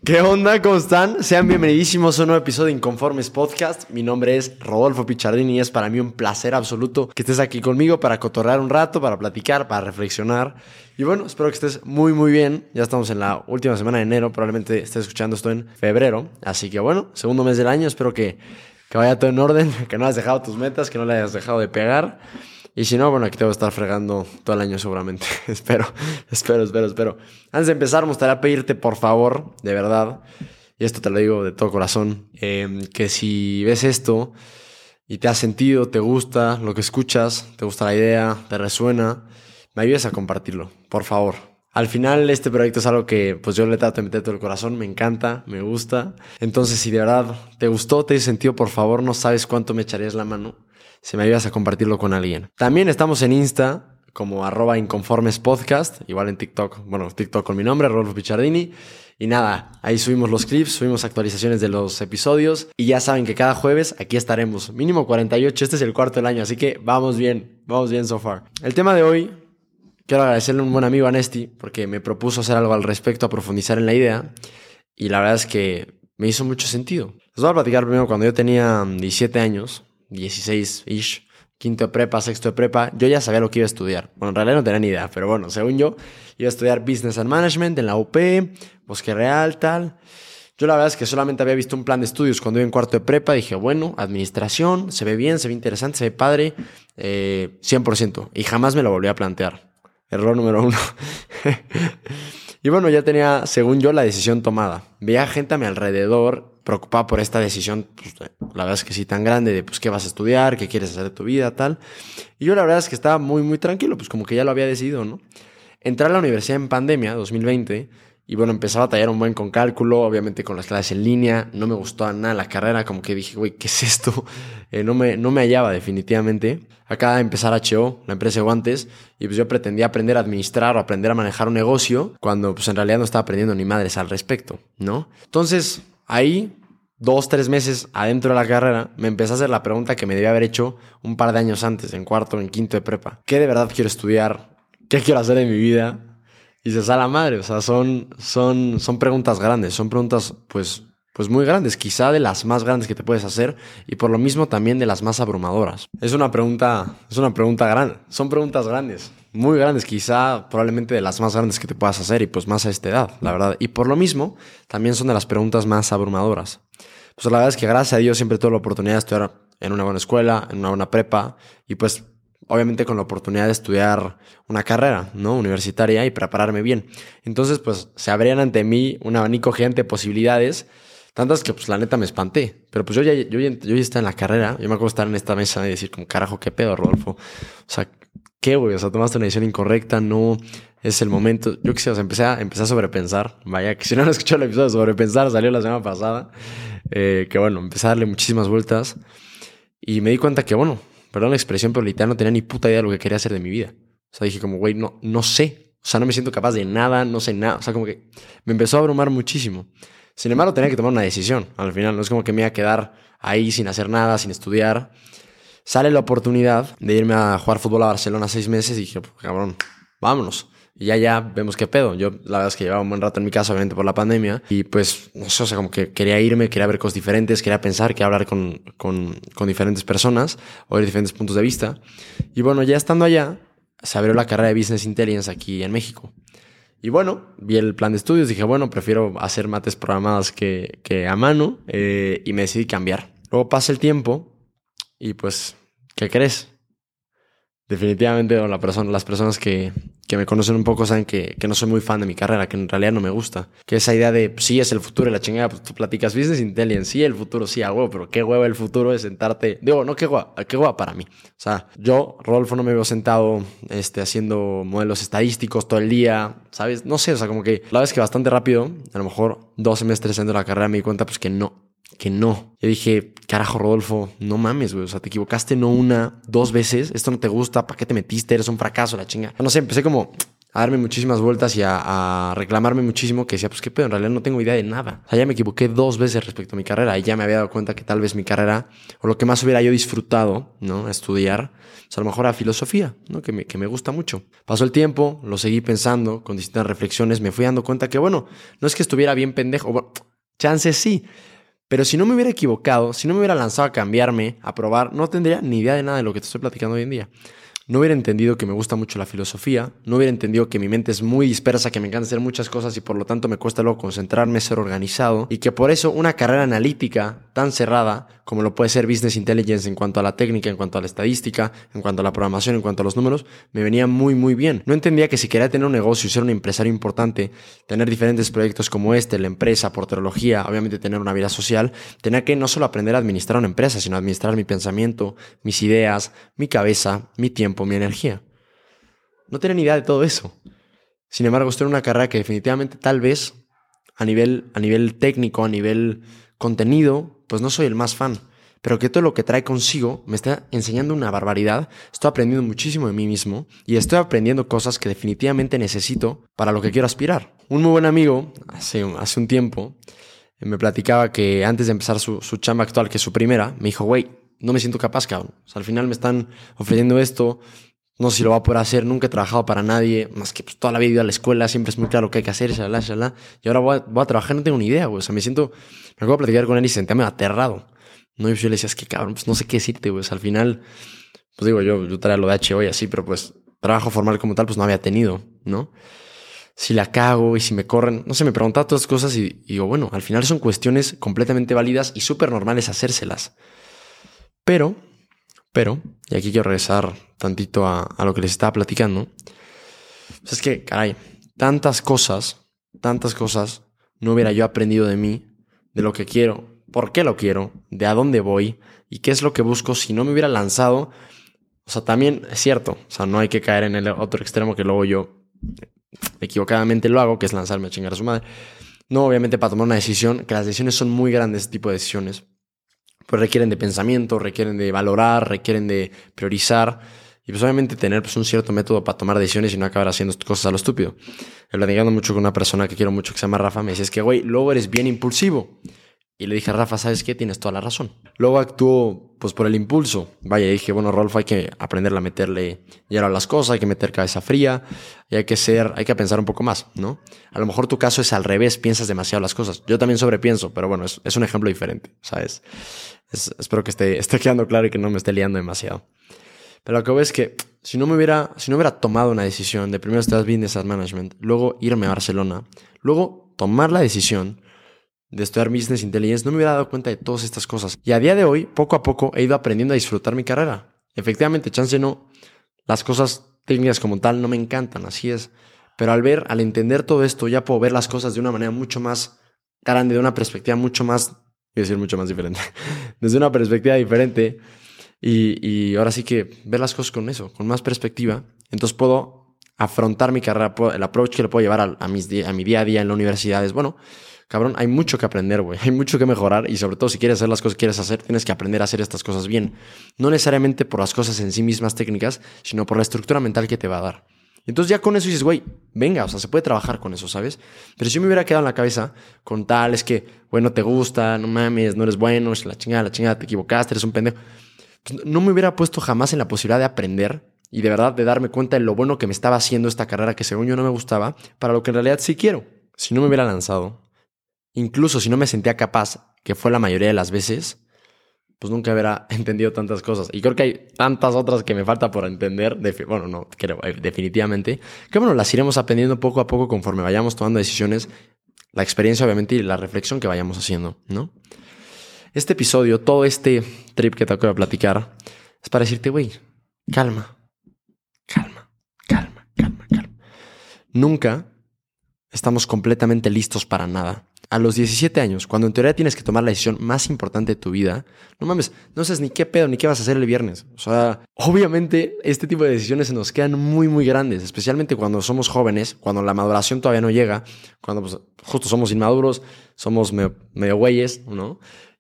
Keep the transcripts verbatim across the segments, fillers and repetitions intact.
¿Qué onda? ¿Cómo están? Sean bienvenidísimos a un nuevo episodio de Inconformes Podcast. Mi nombre es Rodolfo Pichardini y es para mí un placer absoluto que estés aquí conmigo para cotorrear un rato, para platicar, para reflexionar. Y bueno, espero que estés muy muy bien. Ya estamos en la última semana de enero, probablemente estés escuchando esto en febrero. Así que bueno, segundo mes del año, espero que, que vaya todo en orden, que no hayas dejado tus metas, que no le hayas dejado de pegar. Y si no, bueno, aquí te voy a estar fregando todo el año seguramente. espero, espero, espero, espero. Antes de empezar, me gustaría pedirte, por favor, de verdad, y esto te lo digo de todo corazón, eh, que si ves esto y te has sentido, te gusta lo que escuchas, te gusta la idea, te resuena, me ayudes a compartirlo, por favor. Al final, este proyecto es algo que pues yo le trato de meter todo el corazón, me encanta, me gusta. Entonces, si de verdad te gustó, te hizo sentido, por favor, no sabes cuánto me echarías la mano si me ayudas a compartirlo con alguien. También estamos en Insta como arroba Inconformes Podcast, igual en TikTok, bueno, TikTok con mi nombre, Rodolfo Pichardini. Y nada, ahí subimos los clips, subimos actualizaciones de los episodios y ya saben que cada jueves aquí estaremos, mínimo cuarenta y ocho, este es el cuarto del año, así que vamos bien, vamos bien so far. El tema de hoy, quiero agradecerle a un buen amigo, a Nesti, porque me propuso hacer algo al respecto, a profundizar en la idea y la verdad es que me hizo mucho sentido. Les voy a platicar primero cuando yo tenía diecisiete años, dieciséis-ish, quinto de prepa, sexto de prepa, yo ya sabía lo que iba a estudiar. Bueno, en realidad no tenía ni idea, pero bueno, según yo, iba a estudiar Business and Management en la U P, Bosque Real, tal. Yo la verdad es que solamente había visto un plan de estudios cuando iba en cuarto de prepa. Dije, bueno, administración, se ve bien, se ve interesante, se ve padre, eh, cien por ciento. Y jamás me lo volví a plantear. Error número uno. Y bueno, ya tenía, según yo, la decisión tomada. Veía gente a mi alrededor preocupada por esta decisión, pues, la verdad es que sí, tan grande, de pues qué vas a estudiar, qué quieres hacer de tu vida, tal. Y yo la verdad es que estaba muy, muy tranquilo, pues como que ya lo había decidido, ¿no? Entré a la universidad en pandemia, dos mil veinte, y bueno, empezaba a tallar un buen con cálculo, obviamente con las clases en línea, no me gustó nada la carrera, como que dije, güey, ¿qué es esto? Eh, no, me, no me hallaba definitivamente. Acaba de empezar H O, la empresa de guantes, y pues yo pretendía aprender a administrar o aprender a manejar un negocio, cuando pues en realidad no estaba aprendiendo ni madres al respecto, ¿no? Entonces, ahí, dos, tres meses adentro de la carrera, me empecé a hacer la pregunta que me debía haber hecho un par de años antes, en cuarto, en quinto de prepa. ¿Qué de verdad quiero estudiar? ¿Qué quiero hacer en mi vida? Y se sale la madre, o sea, son, son, son preguntas grandes, son preguntas pues, pues muy grandes, quizá de las más grandes que te puedes hacer y por lo mismo también de las más abrumadoras. Es una pregunta, es una pregunta grande, son preguntas grandes, muy grandes, quizá probablemente de las más grandes que te puedas hacer y pues más a esta edad, la verdad. Y por lo mismo también son de las preguntas más abrumadoras. Pues la verdad es que gracias a Dios siempre tuve la oportunidad de estudiar en una buena escuela, en una buena prepa y pues obviamente con la oportunidad de estudiar una carrera, ¿no? Universitaria y prepararme bien. Entonces, pues, se abrían ante mí un abanico gigante de posibilidades, tantas que, pues, la neta me espanté. Pero, pues, yo ya, yo ya, yo ya estaba en la carrera. Yo me acuerdo estar en esta mesa y decir, como, carajo, ¿qué pedo, Rodolfo? O sea, ¿qué, güey? O sea, tomaste una decisión incorrecta, no es el momento. Yo qué sé, o sea, empecé a, empecé a sobrepensar. Vaya, que si no han escuchado el episodio de sobrepensar, salió la semana pasada. Eh, que, bueno, empecé a darle muchísimas vueltas y me di cuenta que, bueno, perdón la expresión, pero literal no tenía ni puta idea de lo que quería hacer de mi vida. O sea, dije como, güey, no, no sé. O sea, no me siento capaz de nada, no sé nada. O sea, como que me empezó a abrumar muchísimo. Sin embargo, tenía que tomar una decisión. Al final, no es como que me iba a quedar ahí sin hacer nada, sin estudiar. Sale la oportunidad de irme a jugar fútbol a Barcelona seis meses y dije, pues, cabrón, vámonos. Y ya, ya vemos qué pedo. Yo, la verdad es que llevaba un buen rato en mi casa, obviamente por la pandemia. Y pues, no sé, o sea, como que quería irme, quería ver cosas diferentes, quería pensar, quería hablar con, con, con diferentes personas, oír diferentes puntos de vista. Y bueno, ya estando allá, se abrió la carrera de Business Intelligence aquí en México. Y bueno, vi el plan de estudios, dije, bueno, prefiero hacer mates programadas que, que a mano. Eh, y me decidí cambiar. Luego pasa el tiempo y pues, ¿qué crees? Definitivamente la persona, las personas que, que me conocen un poco saben que, que no soy muy fan de mi carrera, que en realidad no me gusta. Que esa idea de, pues, sí, es el futuro y la chingada, pues tú platicas Business Intelligence, sí, el futuro, sí, a huevo, pero qué hueva el futuro es sentarte. Digo, no, qué hueva, qué hueva para mí. O sea, yo, Rodolfo, no me veo sentado este, haciendo modelos estadísticos todo el día, ¿sabes? No sé, o sea, como que la verdad es que bastante rápido, a lo mejor dos semestres dentro de la carrera me di cuenta, pues que no. Que no. Yo dije, carajo, Rodolfo, no mames, güey. O sea, te equivocaste no una, dos veces. Esto no te gusta. ¿Para qué te metiste? Eres un fracaso, la chinga. No sé, empecé como a darme muchísimas vueltas y a, a reclamarme muchísimo, que decía, pues qué pedo, en realidad no tengo idea de nada. O sea, ya me equivoqué dos veces respecto a mi carrera y ya me había dado cuenta que tal vez mi carrera, o lo que más hubiera yo disfrutado, ¿no? Estudiar, pues a lo mejor era filosofía, ¿no? Que me, que me gusta mucho. Pasó el tiempo, lo seguí pensando con distintas reflexiones, me fui dando cuenta que, bueno, no es que estuviera bien pendejo, bueno, chances sí, pero si no me hubiera equivocado, si no me hubiera lanzado a cambiarme, a probar, no tendría ni idea de nada de lo que te estoy platicando hoy en día. No hubiera entendido que me gusta mucho la filosofía, no hubiera entendido que mi mente es muy dispersa, que me encanta hacer muchas cosas y por lo tanto me cuesta luego concentrarme, ser organizado, y que por eso una carrera analítica tan cerrada como lo puede ser Business Intelligence en cuanto a la técnica, en cuanto a la estadística, en cuanto a la programación, en cuanto a los números, me venía muy muy bien. No entendía que si quería tener un negocio y ser un empresario importante, tener diferentes proyectos como este, la empresa, porterología, obviamente tener una vida social, tenía que no solo aprender a administrar una empresa, sino administrar mi pensamiento, mis ideas, mi cabeza, mi tiempo, mi energía. No tenía ni idea de todo eso. Sin embargo, esto era una carrera que definitivamente tal vez a nivel, a nivel técnico, a nivel contenido, pues no soy el más fan, pero que todo lo que trae consigo me está enseñando una barbaridad. Estoy aprendiendo muchísimo de mí mismo y estoy aprendiendo cosas que definitivamente necesito para lo que quiero aspirar. Un muy buen amigo, hace, hace un tiempo, me platicaba que antes de empezar su, su chamba actual, que es su primera, me dijo, güey, no me siento capaz, cabrón. O sea, al final me están ofreciendo esto, no sé si lo va a poder hacer, nunca he trabajado para nadie, más que pues, toda la vida he ido a la escuela, siempre es muy claro lo que hay que hacer, shalala, shalala, y ahora voy a, voy a trabajar, no tengo ni idea, güey. O sea, me siento, me acuerdo de platicar con él y sentirme aterrado, ¿no? Y yo le decía, es que cabrón, pues no sé qué decirte, güey. O sea, al final, pues digo, yo, yo traía lo de H O y así, pero pues trabajo formal como tal, pues no había tenido, ¿no? Si la cago y si me corren, no sé, me preguntaba todas las cosas y, y digo, bueno, al final son cuestiones completamente válidas y súper normales hacérselas. Pero, pero, y aquí quiero regresar tantito a, a lo que les estaba platicando, pues es que, caray, tantas cosas, tantas cosas no hubiera yo aprendido de mí, de lo que quiero, por qué lo quiero, de a dónde voy y qué es lo que busco si no me hubiera lanzado. O sea, también es cierto, o sea, no hay que caer en el otro extremo que luego yo equivocadamente lo hago, que es lanzarme a chingar a su madre. No, obviamente para tomar una decisión, que las decisiones son muy grandes, este tipo de decisiones, pues requieren de pensamiento, requieren de valorar, requieren de priorizar y pues obviamente tener pues, un cierto método para tomar decisiones y no acabar haciendo cosas a lo estúpido. He platicando mucho con una persona que quiero mucho que se llama Rafa, me dice, es que güey, luego eres bien impulsivo. Y le dije a Rafa, ¿sabes qué? Tienes toda la razón. Luego actuó pues por el impulso. Vaya, dije, bueno, Rolfo, hay que aprender a meterle hielo a las cosas, hay que meter cabeza fría y hay que ser, hay que pensar un poco más, ¿no? A lo mejor tu caso es al revés, piensas demasiado las cosas. Yo también sobrepienso, pero bueno, es, es un ejemplo diferente, ¿sabes? Es, espero que esté, esté quedando claro y que no me esté liando demasiado. Pero lo que veo es que si no me hubiera, si no hubiera tomado una decisión de primero estudiar Business Management, luego irme a Barcelona, luego tomar la decisión de estudiar Business Intelligence, no me hubiera dado cuenta de todas estas cosas. Y a día de hoy, poco a poco, he ido aprendiendo a disfrutar mi carrera. Efectivamente, chance no, las cosas técnicas como tal no me encantan, así es. Pero al ver, al entender todo esto, ya puedo ver las cosas de una manera mucho más grande, de una perspectiva mucho más, voy a decir mucho más diferente, desde una perspectiva diferente. Y, y ahora sí que ver las cosas con eso, con más perspectiva. Entonces puedo afrontar mi carrera, el approach que le puedo llevar a, a, mis, a mi día a día en la universidad es, bueno, cabrón, hay mucho que aprender, güey. Hay mucho que mejorar y sobre todo si quieres hacer las cosas que quieres hacer, tienes que aprender a hacer estas cosas bien. No necesariamente por las cosas en sí mismas técnicas, sino por la estructura mental que te va a dar. Entonces ya con eso dices, güey, venga, o sea, se puede trabajar con eso, ¿sabes? Pero si yo me hubiera quedado en la cabeza con tal, es que, güey, no te gusta, no mames, no eres bueno, es la chingada, la chingada, te equivocaste, eres un pendejo. Pues no me hubiera puesto jamás en la posibilidad de aprender y de verdad de darme cuenta de lo bueno que me estaba haciendo esta carrera que según yo no me gustaba, para lo que en realidad sí quiero. Si no me hubiera lanzado, incluso si no me sentía capaz, que fue la mayoría de las veces, pues nunca hubiera entendido tantas cosas. Y creo que hay tantas otras que me falta por entender. Bueno, no, creo, definitivamente. Que bueno, las iremos aprendiendo poco a poco conforme vayamos tomando decisiones. La experiencia, obviamente, y la reflexión que vayamos haciendo, ¿no? Este episodio, todo este trip que te acabo de platicar, es para decirte, güey, calma, calma, calma, calma, calma. Nunca estamos completamente listos para nada. A los diecisiete años, cuando en teoría tienes que tomar la decisión más importante de tu vida, no mames, no sabes ni qué pedo, ni qué vas a hacer el viernes. O sea, obviamente este tipo de decisiones se nos quedan muy, muy grandes, especialmente cuando somos jóvenes, cuando la maduración todavía no llega, cuando pues, justo somos inmaduros, somos medio, medio güeyes, ¿no?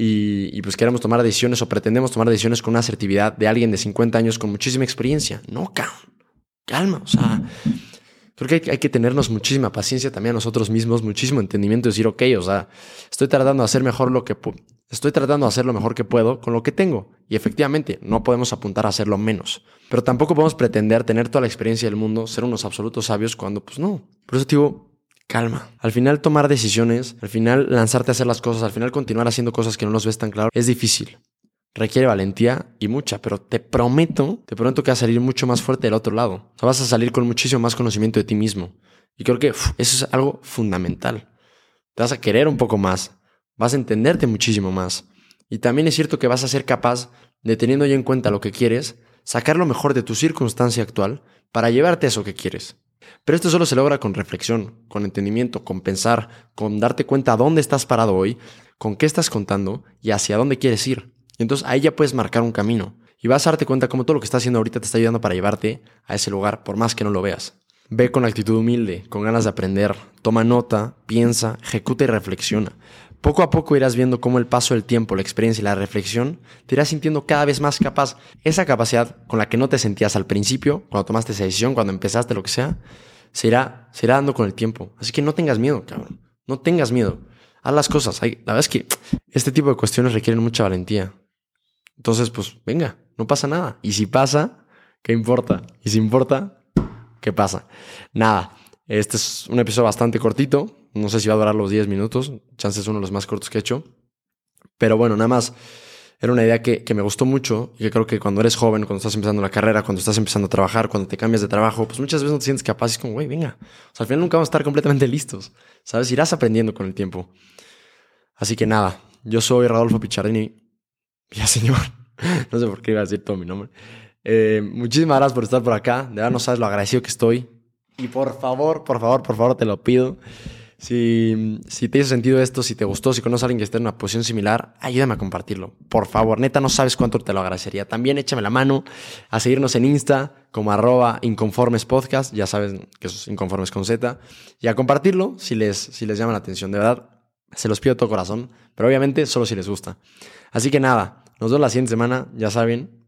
Y, y pues queremos tomar decisiones o pretendemos tomar decisiones con una asertividad de alguien de cincuenta años con muchísima experiencia. No, calma, calma, o sea, Creo que hay, hay que tenernos muchísima paciencia también a nosotros mismos, muchísimo entendimiento y decir, ok, o sea, estoy tratando de hacer mejor lo que pu- estoy tratando de hacer lo mejor que puedo con lo que tengo. Y efectivamente, no podemos apuntar a hacerlo menos. Pero tampoco podemos pretender tener toda la experiencia del mundo, ser unos absolutos sabios cuando, pues no. Por eso te digo, calma. Al final tomar decisiones, al final lanzarte a hacer las cosas, al final continuar haciendo cosas que no nos ves tan claro, es difícil. Requiere valentía y mucha, pero te prometo, te prometo que vas a salir mucho más fuerte del otro lado. O sea, vas a salir con muchísimo más conocimiento de ti mismo. Y creo que uf, eso es algo fundamental. Te vas a querer un poco más, vas a entenderte muchísimo más. Y también es cierto que vas a ser capaz de, teniendo ya en cuenta lo que quieres, sacar lo mejor de tu circunstancia actual para llevarte a eso que quieres. Pero esto solo se logra con reflexión, con entendimiento, con pensar, con darte cuenta a dónde estás parado hoy, con qué estás contando y hacia dónde quieres ir. Y entonces ahí ya puedes marcar un camino. Y vas a darte cuenta cómo todo lo que estás haciendo ahorita te está ayudando para llevarte a ese lugar, por más que no lo veas. Ve con actitud humilde, con ganas de aprender. Toma nota, piensa, ejecuta y reflexiona. Poco a poco irás viendo cómo el paso del tiempo, la experiencia y la reflexión te irás sintiendo cada vez más capaz. Esa capacidad con la que no te sentías al principio, cuando tomaste esa decisión, cuando empezaste, lo que sea, se irá, se irá dando con el tiempo. Así que no tengas miedo, cabrón. No tengas miedo. Haz las cosas. La verdad es que este tipo de cuestiones requieren mucha valentía. Entonces, pues, venga, no pasa nada. Y si pasa, ¿qué importa? Y si importa, ¿qué pasa? Nada, este es un episodio bastante cortito. No sé si va a durar los diez minutos. Chance es uno de los más cortos que he hecho. Pero bueno, nada más era una idea que, que me gustó mucho y que creo que cuando eres joven, cuando estás empezando la carrera, cuando estás empezando a trabajar, cuando te cambias de trabajo, pues muchas veces no te sientes capaz. Y es como, güey, venga. O sea, al final nunca vamos a estar completamente listos. ¿Sabes? Irás aprendiendo con el tiempo. Así que nada, yo soy Rodolfo Picciardini. Ya, señor. No sé por qué iba a decir todo mi nombre. Eh, muchísimas gracias por estar por acá. De verdad no sabes lo agradecido que estoy. Y por favor, por favor, por favor, te lo pido. Si, si te hizo sentido esto, si te gustó, si conoces a alguien que esté en una posición similar, ayúdame a compartirlo. Por favor, neta, no sabes cuánto te lo agradecería. También échame la mano a seguirnos en Insta como arroba Inconformes Podcast. Ya sabes que eso es Inconformes con Z. Y a compartirlo si les, si les llama la atención. De verdad, se los pido de todo corazón. Pero obviamente solo si les gusta. Así que nada, nos vemos la siguiente semana. Ya saben,